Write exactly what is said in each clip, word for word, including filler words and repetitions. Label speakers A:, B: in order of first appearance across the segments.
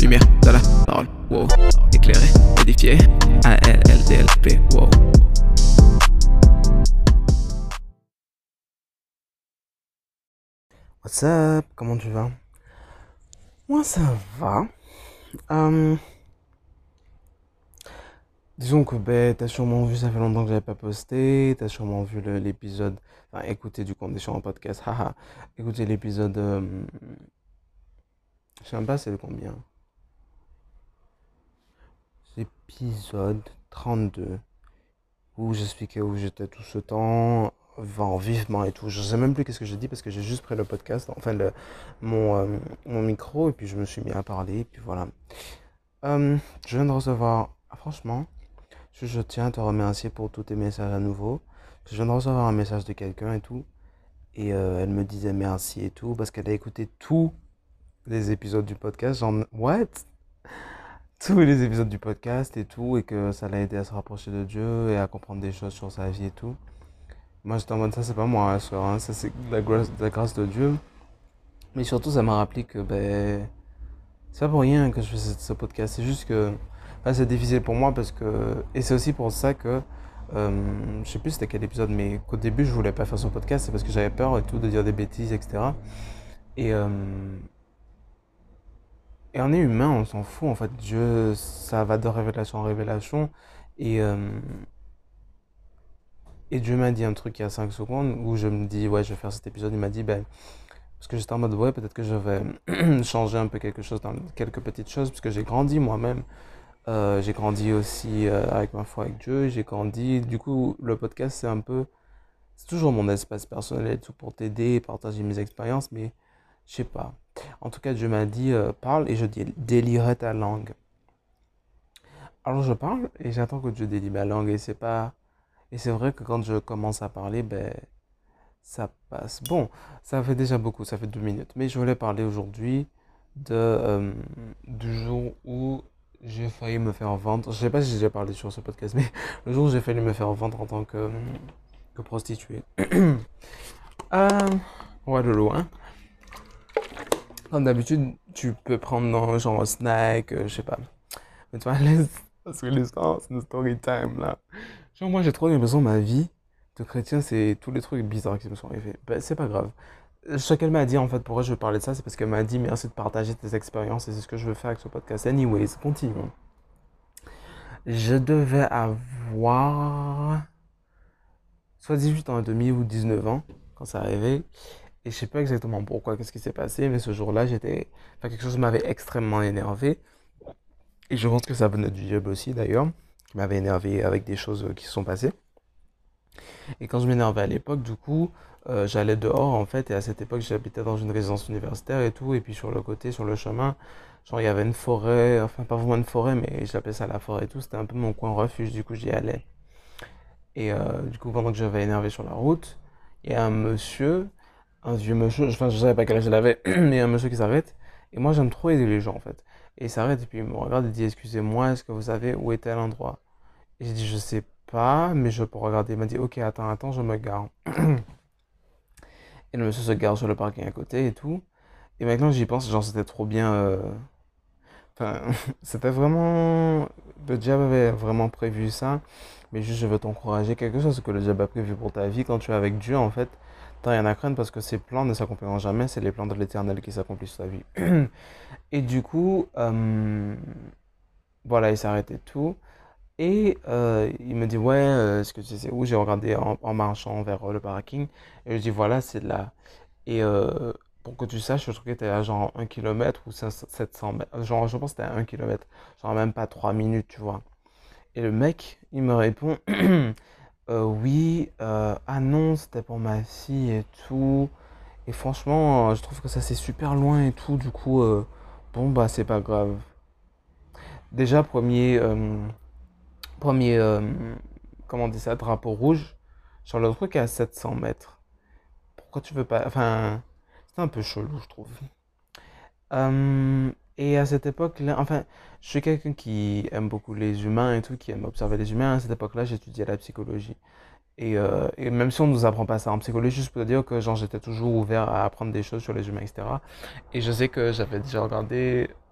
A: lumière de la parole, wow. Éclairé, édifié, A L L D L P, wow.
B: What's up? Comment tu vas? Moi ça va. Euh, disons que ben, t'as sûrement vu, ça fait longtemps que j'avais pas posté. T'as sûrement vu le- l'épisode. Enfin, écoutez du condition en podcast. Haha. Écoutez l'épisode. euh, je sais même pas c'est le combien. L'épisode trente-deux. Où j'expliquais où j'étais tout ce temps. Enfin, vivement et tout. Je sais même plus qu'est-ce que j'ai dit parce que j'ai juste pris le podcast. Enfin, le, mon, euh, mon micro. Et puis je me suis mis à parler. Et puis voilà. Euh, je viens de recevoir. Ah, franchement. Je, je tiens à te remercier pour tous tes messages à nouveau. Je viens de recevoir un message de quelqu'un et tout. Et euh, elle me disait merci et tout. Parce qu'elle a écouté tous les épisodes du podcast. Genre, what? Tous les épisodes du podcast et tout. Et que ça l'a aidé à se rapprocher de Dieu et à comprendre des choses sur sa vie et tout. Moi, j'étais en mode ça, c'est pas moi, hein, soeur, hein, ça, c'est la grâce, la grâce de Dieu. Mais surtout, ça m'a rappelé que, ben. C'est pas pour rien que je fais ce, ce podcast. C'est juste que. Enfin, c'est difficile pour moi parce que. Et c'est aussi pour ça que. Euh, je sais plus c'était quel épisode, mais qu'au début je voulais pas faire ce podcast, c'est parce que j'avais peur et tout de dire des bêtises, et cetera. Et, euh, et on est humain, on s'en fout en fait. Dieu, ça va de révélation en révélation. Et, euh, et Dieu m'a dit un truc il y a cinq secondes où je me dis, ouais, je vais faire cet épisode. Il m'a dit, ben, parce que j'étais en mode, ouais, peut-être que je vais changer un peu quelque chose dans quelques petites choses, parce que j'ai grandi moi-même. Euh, j'ai grandi aussi euh, avec ma foi avec Dieu, j'ai grandi. Du coup, le podcast, c'est un peu. C'est toujours mon espace personnel et tout pour t'aider, partager mes expériences, mais je sais pas. En tout cas, Dieu m'a dit, euh, parle et je dé- délierai ta langue. Alors je parle et j'attends que Dieu délie ma langue et c'est pas. Et c'est vrai que quand je commence à parler, ben. Ça passe. Bon, ça fait déjà beaucoup, ça fait deux minutes. Mais je voulais parler aujourd'hui de, euh, du jour où j'ai failli me faire vendre. Je sais pas si j'ai déjà parlé sur ce podcast, mais le jour où j'ai failli me faire vendre en tant que, que prostituée. euh, ouais, de loin. Comme d'habitude, tu peux prendre dans genre un snack, euh, je sais pas. Mais tu vois, laisse, parce que l'histoire, c'est une story time là. Genre, moi j'ai trop l'impression ma vie de chrétien, c'est tous les trucs bizarres qui me sont arrivés. Ben, c'est pas grave. Ce qu'elle m'a dit en fait, pourquoi je veux parler de ça, c'est parce qu'elle m'a dit merci de partager tes expériences et c'est ce que je veux faire avec ce podcast. Anyways, continuons. Je devais avoir soit dix-huit ans et demi ou dix-neuf ans quand ça arrivait. Et je sais pas exactement pourquoi, qu'est-ce qui s'est passé, mais ce jour-là, j'étais. Enfin, quelque chose m'avait extrêmement énervé. Et je pense que ça venait du diable aussi d'ailleurs, qui m'avait énervé avec des choses qui se sont passées. Et quand je m'énervais à l'époque, du coup, euh, j'allais dehors en fait. Et à cette époque, j'habitais dans une résidence universitaire et tout. Et puis sur le côté, sur le chemin, genre il y avait une forêt, enfin pas vraiment une forêt, mais j'appelais ça la forêt et tout. C'était un peu mon coin refuge, du coup j'y allais. Et euh, du coup, pendant que j'avais énervé sur la route, il y a un monsieur, un vieux monsieur, enfin je savais pas quel âge il avait, mais un monsieur qui s'arrête. Et moi j'aime trop aider les gens en fait. Et il s'arrête et puis il me regarde et dit excusez-moi, est-ce que vous savez où était l'endroit? Et j'ai dit je sais pas, mais je peux regarder. Il m'a dit ok, attends, attends, je me gare. Et le monsieur se gare sur le parking à côté et tout. Et maintenant j'y pense, genre c'était trop bien. euh, Enfin, c'était vraiment. Le diable avait vraiment prévu ça. Mais juste, je veux t'encourager. Quelque chose que le diable a prévu pour ta vie, quand tu es avec Dieu, en fait, t'as rien à craindre parce que ses plans ne s'accompliront jamais. C'est les plans de l'éternel qui s'accomplissent sur ta vie. Et du coup, euh, voilà, il s'est arrêté tout. Et euh, il me dit, ouais, euh, est-ce que tu sais où? J'ai regardé en, en marchant vers euh, le parking. Et je dis, voilà, c'est là. Et euh, pour que tu saches, je trouve que t'es à genre un kilomètre ou sept cents mètres. Genre, je pense que t'es à un kilomètre. Genre, même pas trois minutes, tu vois. Et le mec, il me répond, euh, oui, euh, ah non, c'était pour ma fille et tout. Et franchement, euh, je trouve que ça c'est super loin et tout. Du coup, euh, bon, bah, c'est pas grave. Déjà, premier, euh, premier, euh, comment on dit ça, drapeau rouge. Genre, le truc est à sept cents mètres. Pourquoi tu veux pas. Enfin, c'est un peu chelou, je trouve. Euh, et à cette époque-là, enfin, je suis quelqu'un qui aime beaucoup les humains et tout, qui aime observer les humains. À cette époque-là, j'étudiais la psychologie. Et, euh, et même si on ne nous apprend pas ça en psychologie, juste pour te dire que genre, j'étais toujours ouvert à apprendre des choses sur les humains, et cetera. Et je sais que j'avais déjà regardé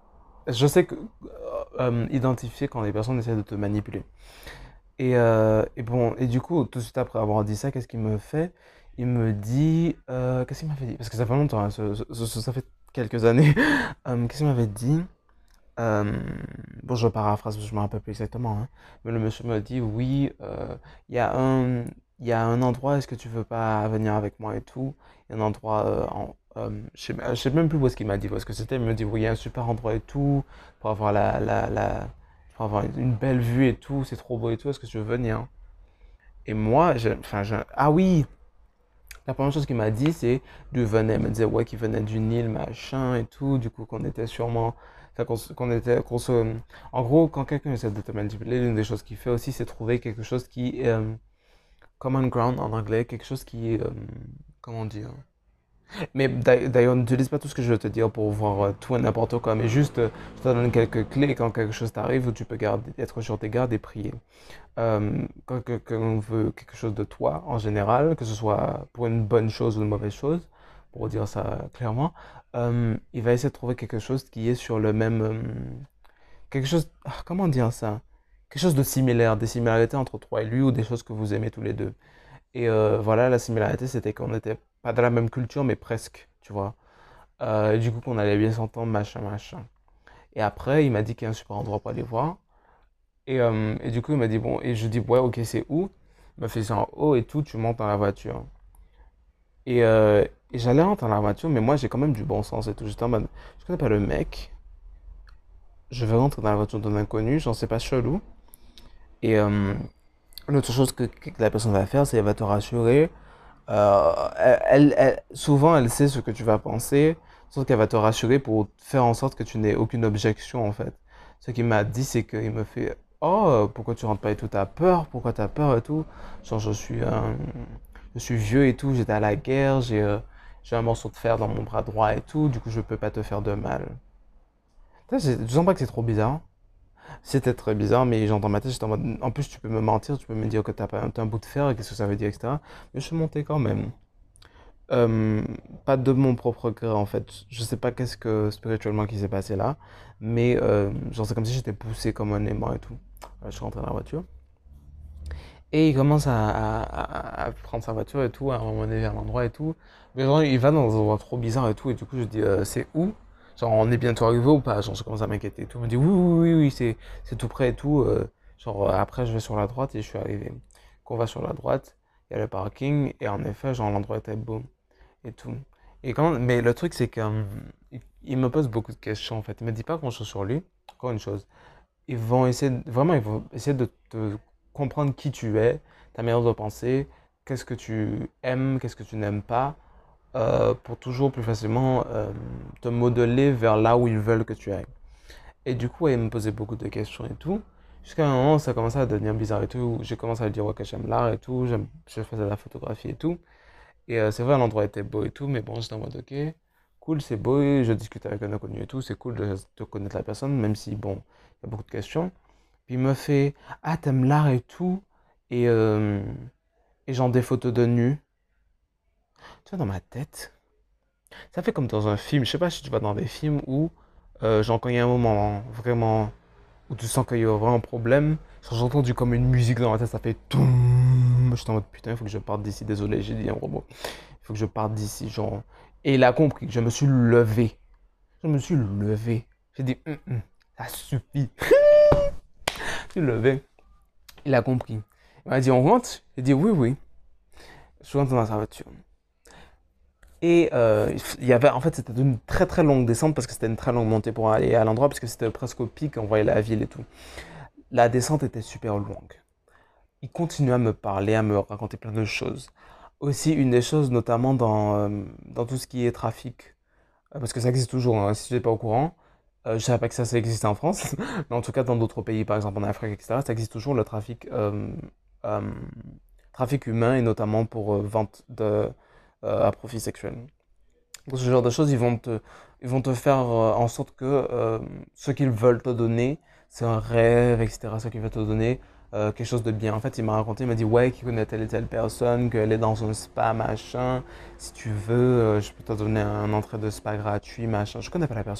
B: je sais que, euh, identifier quand les personnes essaient de te manipuler. Et, euh, et bon, et du coup, tout de suite après avoir dit ça, qu'est-ce qu'il me fait? Il me dit, euh, qu'est-ce qu'il m'avait dit? Parce que ça fait longtemps, hein, ça, ça- ça- ça fait quelques années. Euh, qu'est-ce qu'il m'avait dit? Euh, bon, je paraphrase, parce que je me rappelle plus exactement, hein. Mais le monsieur me dit, oui, euh, il y a un, il y a un endroit, est-ce que tu veux pas venir avec moi et tout? Il y a un endroit, euh, en, euh, je sais, je sais même plus où est-ce qu'il m'a dit, parce que c'était, il me dit, oui, il y a un super endroit et tout, pour avoir la, la, la, pour avoir une belle vue et tout, c'est trop beau et tout, est-ce que tu veux venir? Et moi, je, enfin, je, ah oui, la première chose qu'il m'a dit, c'est d'où il venait. Il me disait, ouais, qu'il venait d'une île, machin et tout. Du coup, qu'on était sûrement. Enfin, qu'on se- qu'on était. Qu'on se... En gros, quand quelqu'un essaie de te manipuler, l'une des choses qu'il fait aussi, c'est trouver quelque chose qui est. euh, common ground en anglais, quelque chose qui est. euh, comment dire? Mais d'ailleurs, d'ailleurs, n'utilise pas tout ce que je vais te dire pour voir euh, tout et n'importe quoi, mais juste, euh, je te donne quelques clés quand quelque chose t'arrive où tu peux garder, être sur tes gardes et prier. Euh, quand quelqu'un veut quelque chose de toi en général, que ce soit pour une bonne chose ou une mauvaise chose, pour dire ça clairement, euh, il va essayer de trouver quelque chose qui est sur le même... euh, quelque chose... ah, comment dire ça? Quelque chose de similaire, des similarités entre toi et lui ou des choses que vous aimez tous les deux. Et euh, voilà, la similarité, c'était qu'on n'était pas de la même culture, mais presque, tu vois. Euh, et du coup, qu'on allait bien s'entendre, machin, machin. Et après, il m'a dit qu'il y a un super endroit pour aller voir. Et, euh, et du coup, il m'a dit, bon, et je dis, ouais, ok, c'est où? Il m'a fait, c'est en haut et tout, tu montes dans la voiture. Et, euh, et j'allais rentrer dans la voiture, mais moi, j'ai quand même du bon sens et tout. J'étais en mode, je connais pas le mec, je vais rentrer dans la voiture d'un inconnu, j'en sais pas chelou. Et euh, l'autre chose que, que la personne va faire, c'est qu'elle va te rassurer. Euh, elle, elle- elle- souvent, elle sait ce que tu vas penser, sauf qu'elle va te rassurer pour faire en sorte que tu n'aies aucune objection, en fait. Ce qu'il m'a dit, c'est qu'il me fait, oh, pourquoi tu rentres pas et tout, t'as peur, pourquoi t'as peur et tout. Genre, je suis, un- je suis vieux et tout, j'étais à la guerre, j'ai euh, j'ai un morceau de fer dans mon bras droit et tout, du coup, je peux pas te faire de mal. Putain, j'ai- Je sens pas que c'est trop bizarre. C'était très bizarre, mais j'entends ma tête, j'étais en mode, en plus, tu peux me mentir, tu peux me dire que t'as pas t'as un bout de fer, qu'est-ce que ça veut dire, et cetera. Mais je suis monté quand même. Euh, pas de mon propre gré en fait. Je sais pas qu'est-ce que spirituellement qui s'est passé là, mais euh, genre c'est comme si j'étais poussé comme un aimant et tout. Euh, je suis rentré dans la voiture et il commence à, à- à- à prendre sa voiture et tout, à m'emmener vers l'endroit et tout. Mais genre il va dans un endroit trop bizarre et tout et du coup je dis euh, c'est où? Genre on est bientôt arrivé ou pas? Genre je commence à m'inquiéter et tout. Il me dit oui oui oui oui c'est c'est tout près et tout. Euh, genre après je vais sur la droite et je suis arrivé. Qu'on va sur la droite, il y a le parking et en effet genre l'endroit était beau et tout. Et quand, mais le truc, c'est qu'il il me pose beaucoup de questions, en fait. Il me dit pas grand-chose sur lui. Encore une chose. Ils vont essayer, de- vraiment, ils vont essayer de te comprendre qui tu es, ta manière de penser, qu'est-ce que tu aimes, qu'est-ce que tu n'aimes pas, euh, pour toujours plus facilement euh, te modeler vers là où ils veulent que tu ailles. Et du coup, il me posait beaucoup de questions et tout. Jusqu'à un moment, ça commençait à devenir bizarre et tout. J'ai commencé à lui dire ouais, que j'aime l'art et tout, j'aime, je faisais de la photographie et tout. Et euh, c'est vrai, l'endroit était beau et tout, mais bon, j'étais en mode, ok, cool, c'est beau, et je discute avec un inconnu et tout, c'est cool de, de connaître la personne, même si, bon, il y a beaucoup de questions. Puis il me fait, ah, t'aimes l'art et tout, et, euh, et genre des photos de nu. Tu vois, dans ma tête, ça fait comme dans un film, je sais pas si tu vas dans des films où, euh, genre, quand il y a un moment vraiment, où tu sens qu'il y a vraiment un problème, genre, j'ai entendu comme une musique dans ma tête, ça fait toum. J'étais en mode, putain, il faut que je parte d'ici, désolé, j'ai dit un robot. Il faut que je parte d'ici, genre. Et il a compris. Je me suis levé. Je me suis levé. J'ai dit, hum, hum, ça suffit. Je suis levé. Il a compris. Il m'a dit, on rentre? J'ai dit, oui, oui. Je suis rentré dans sa voiture. Et euh, il y avait, en fait, c'était une très très longue descente parce que c'était une très longue montée pour aller à l'endroit parce que c'était presque au pic, on voyait la ville et tout. La descente était super longue. Il continuait à me parler, à me raconter plein de choses. Aussi, une des choses, notamment dans, euh, dans tout ce qui est trafic, euh, parce que ça existe toujours, hein, si tu n'es pas au courant, euh, je ne savais pas que ça, ça existait en France, mais en tout cas dans d'autres pays, par exemple en Afrique, et cetera, ça existe toujours le trafic, euh, euh, trafic humain et notamment pour euh, vente de, euh, à profit sexuel. Pour ce genre de choses, ils vont te, ils vont te faire euh, en sorte que euh, ce qu'ils veulent te donner, c'est un rêve, et cetera. Ce qu'ils veulent te donner, euh, quelque chose de bien. En fait, il m'a raconté, il m'a dit, ouais, qu'il connaît telle et telle personne, qu'elle est dans un spa, machin. Si tu veux, euh, je peux te donner un entrée de spa gratuit, machin. Je connais pas la personne.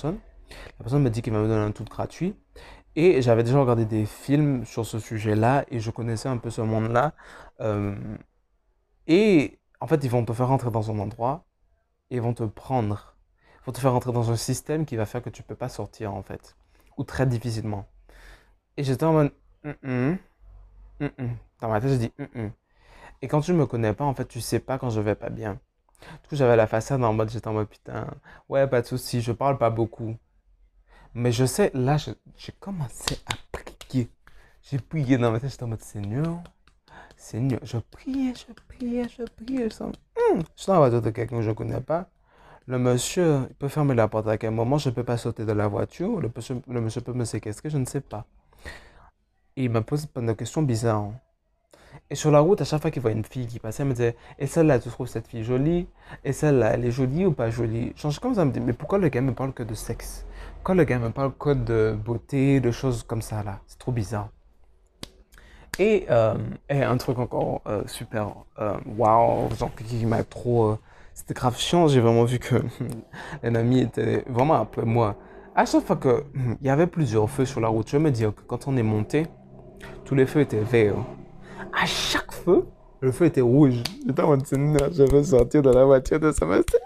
B: La personne me dit qu'il va me donner un tout gratuit. Et j'avais déjà regardé des films sur ce sujet-là et je connaissais un peu ce monde-là. Euh, et en fait, ils vont te faire rentrer dans un endroit et ils vont te prendre. Ils vont te faire rentrer dans un système qui va faire que tu ne peux pas sortir en fait. Ou très difficilement. Et j'étais en mode... Mm -mm, mm -mm. Dans ma tête, j'ai dit... Mm -mm. Et quand tu ne me connais pas, en fait, tu sais pas quand je vais pas bien. Du coup, j'avais la façade en mode, j'étais en mode putain, ouais, pas de souci, je parle pas beaucoup. Mais je sais, là, je- j'ai commencé à prier. J'ai prié dans ma tête, j'étais en mode Seigneur, Seigneur. Je priais, je priais, je priais. Je sens, hum, je suis dans la voiture de quelqu'un que je ne connais pas. Le monsieur, il peut fermer la porte à quel moment, je ne peux pas sauter de la voiture. Le monsieur, le monsieur peut me séquestrer, je ne sais pas. Et il m'a posé plein de questions bizarres, hein. Et sur la route, à chaque fois qu'il voit une fille qui passait, il me disait, et celle-là, tu trouves cette fille jolie? Et celle-là, elle est jolie ou pas jolie? Genre, comme ça, me dit, mais pourquoi le gars me parle que de sexe? Pourquoi le gars me parle que de beauté, de choses comme ça, là? C'est trop bizarre. Et, euh, et un truc encore euh, super, euh, waouh, genre qui m'a trop... euh, c'était grave chiant, j'ai vraiment vu que l'ennemi était vraiment après moi. À chaque fois que il y avait plusieurs feux sur la route, je me dis que quand on est monté, tous les feux étaient verts. À chaque feu, le feu était rouge. J'étais en mode, Seigneur, je veux sortir de la voiture de ce monsieur.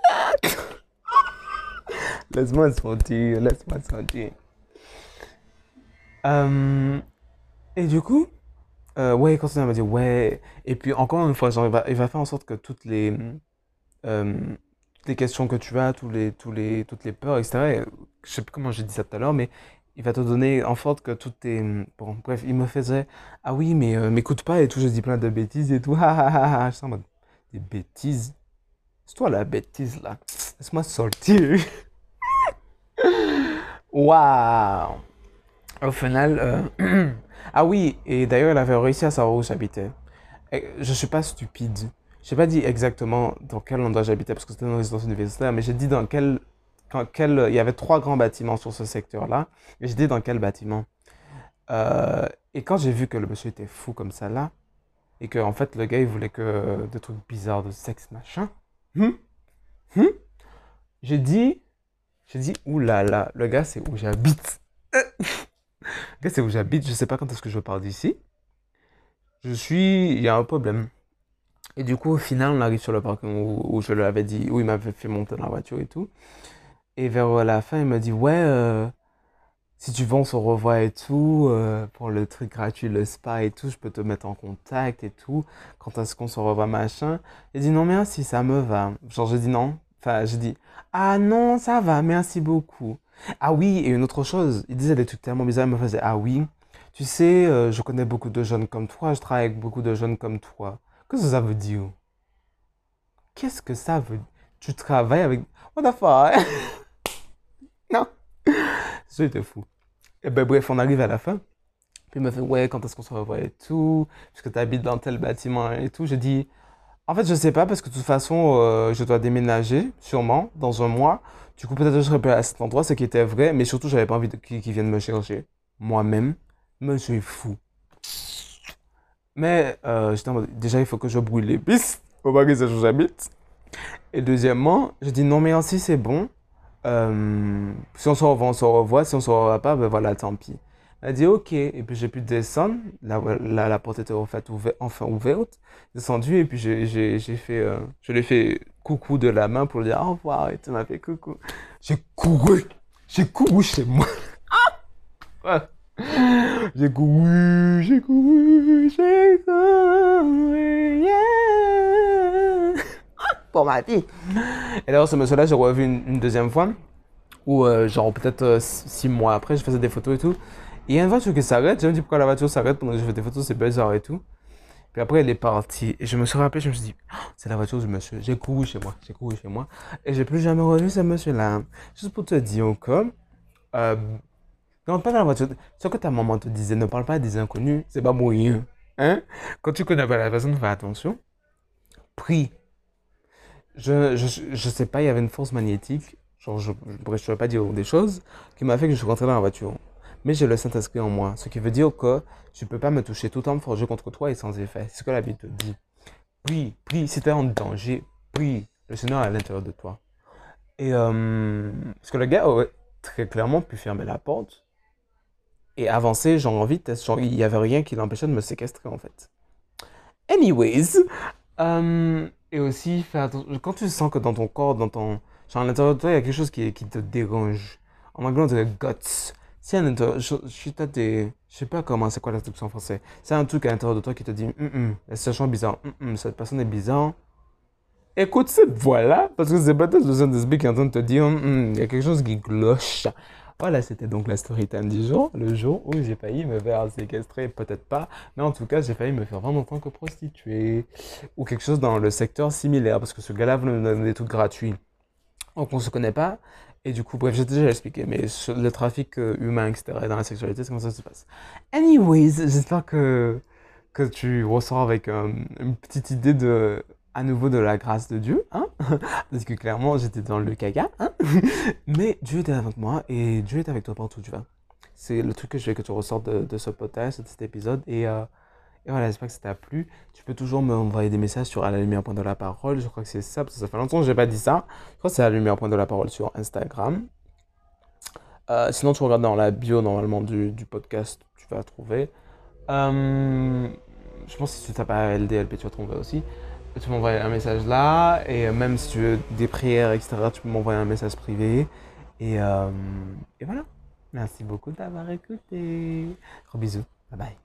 B: Laisse-moi sortir, laisse-moi sortir. Euh, et du coup, euh, ouais, quand on m'a dit, ouais. Et puis, encore une fois, genre, il va, il va faire en sorte que toutes les, euh, toutes les questions que tu as, tous les, tous les, toutes les peurs, et cetera. et, je sais plus comment j'ai dit ça tout à l'heure, mais il va te donner en sorte que toutes tes... Bon, bref, il me faisait, ah oui, mais euh, m'écoute pas et tout, je dis plein de bêtises et tout. Ah, ah, ah, ah. Je suis en mode, des bêtises? C'est toi la bêtise là. Laisse-moi sortir. Waouh! Au final, euh, ah oui, et d'ailleurs, elle avait réussi à savoir où j'habitais. Et je suis pas stupide. J'ai pas dit exactement dans quel endroit j'habitais parce que c'était une résidence universitaire, mais j'ai dit dans quel, quand- quel, il y avait trois grands bâtiments sur ce secteur-là, et j'ai dit dans quel bâtiment. Euh, et quand j'ai vu que le monsieur était fou comme ça là, et que en fait le gars il voulait que des trucs bizarres de sexe machin, hum, hum, j'ai dit, j'ai dit, oulala, le gars c'est où j'habite. Le gars c'est où j'habite, je sais pas quand est-ce que je pars d'ici. Je suis, il y a un problème. Et du coup, au final, on arrive sur le parking où, où je l'avais dit, où il m'avait fait monter dans la voiture et tout. Et vers la fin, il m'a dit, ouais, euh, si tu veux, on se revoit et tout, euh, pour le truc gratuit, le spa et tout, je peux te mettre en contact et tout. Quand est-ce qu'on se revoit, machin? J'ai dit, non, merci, ça me va. Genre, j'ai dit non. Enfin, j'ai dit, ah non, ça va, merci beaucoup. Ah oui, et une autre chose, il disait des trucs tellement bizarres, il me faisait, ah oui, tu sais, euh, je connais beaucoup de jeunes comme toi, je travaille avec beaucoup de jeunes comme toi. Qu'est-ce que ça veut dire? Qu'est-ce que ça veut dire? Tu travailles avec... What the fuck? Non. C'était fou. Et ben bref, on arrive à la fin. Puis il m'a fait, ouais, quand est-ce qu'on se revoit et tout, puisque tu habites dans tel bâtiment et tout. J'ai dit, en fait, je sais pas, parce que de toute façon, euh, je dois déménager, sûrement, dans un mois. Du coup, peut-être que je serai plus à cet endroit, ce qui était vrai, mais surtout, j'avais pas envie de- qu'ils qu'ils viennent me chercher. Moi-même, monsieur est fou. Mais euh, j'étais en mode, déjà, il faut que je brûle les pistes, pour pas que ça où j'habite. Et deuxièmement, j'ai dit, non, mais ainsi, c'est bon. Euh, si on se revoit, on se revoit. Si on se revoit pas, ben voilà, tant pis. Elle a dit ok. Et puis j'ai pu descendre. La, la, la porte était en fait ouverte, enfin ouverte. Descendu et puis j'ai j'ai- j'ai fait, euh, je lui ai fait coucou de la main pour lui dire au revoir. Et tu m'as fait coucou. J'ai couru. J'ai couru chez moi. Ouais. J'ai couru, j'ai couru, j'ai couru, yeah. Pour ma vie. Et d'ailleurs, ce monsieur-là, j'ai revu une, une deuxième fois. Ou euh, genre peut-être euh, six mois après, je faisais des photos et tout. Et il y a une voiture qui s'arrête. Je me dis pourquoi la voiture s'arrête pendant que je fais des photos, c'est bizarre et tout. Puis après, elle est partie. Et je me suis rappelé, je me suis dit, oh, c'est la voiture du monsieur. J'ai couru chez moi, j'ai couru chez moi. Et j'ai plus jamais revu ce monsieur-là. Juste pour te dire que, euh, ne rentre pas dans la voiture. Ce que ta maman te disait, ne parle pas à des inconnus, c'est pas moyen. Hein? Quand tu connais pas la personne, fais attention. Prie. Je, je, je sais pas, il y avait une force magnétique, genre je ne pourrais pas dire des choses, qui m'a fait que je suis rentré dans la voiture. Mais j'ai le Saint-Esprit en moi, ce qui veut dire que tu peux pas me toucher tout en forgé contre toi et sans effet. C'est ce que la Bible te dit. Prie, prie, si tu es en danger, prie. Le Seigneur est à l'intérieur de toi. Et euh, parce que le gars, ouais, très clairement pu fermer la porte et avancer, genre en vitesse. Genre, il n'y avait rien qui l'empêchait de me séquestrer, en fait. Anyways, euh, et aussi, faire attention, quand tu sens que dans ton corps, dans ton, genre à l'intérieur de toi, il y a quelque chose qui, qui te dérange. En anglais, on dirait guts. Si à l'intérieur, je, je, t'as des, je sais pas comment, c'est quoi la traduction en français. C'est un truc à l'intérieur de toi qui te dit, hum, hum, la situation est bizarre, hum, hum, cette personne est bizarre. Écoute cette voix-là, parce que c'est peut-être le Saint-Esprit qui est en train de te dire, hum, hum, il y a quelque chose qui cloche. Voilà, c'était donc la story time du jour, le jour où j'ai failli me faire séquestrer, peut-être pas, mais en tout cas, j'ai failli me faire vendre en tant que prostituée, ou quelque chose dans le secteur similaire, parce que ce gars-là voulait me donner des trucs gratuits. Donc on se connaît pas, et du coup, bref, j'ai déjà expliqué, mais sur le trafic euh, humain, et cetera, et dans la sexualité, c'est comme ça que ça se passe. Anyways, j'espère que, que tu ressors avec euh, une petite idée de, à nouveau de la grâce de Dieu, hein, parce que clairement, j'étais dans le caca, hein, mais Dieu était avec moi, et Dieu est avec toi partout où tu vas. C'est le truc que je veux que tu ressortes de, de ce podcast, de cet épisode, et, euh, et voilà, j'espère que ça t'a plu. Tu peux toujours m'envoyer des messages sur à la lumière point de la parole, je crois que c'est ça, parce que ça fait longtemps que j'ai pas dit ça. Je crois que c'est à la lumière point de la parole sur Instagram. Euh, sinon, tu regardes dans la bio normalement du, du podcast, tu vas trouver. Euh, je pense que si tu tapes à L D L P, tu vas trouver aussi. Tu m'envoies un message là, et même si tu veux des prières, et cetera, tu peux m'envoyer un message privé. Et, euh, et voilà. Merci beaucoup d'avoir écouté. Gros bisous. Bye bye.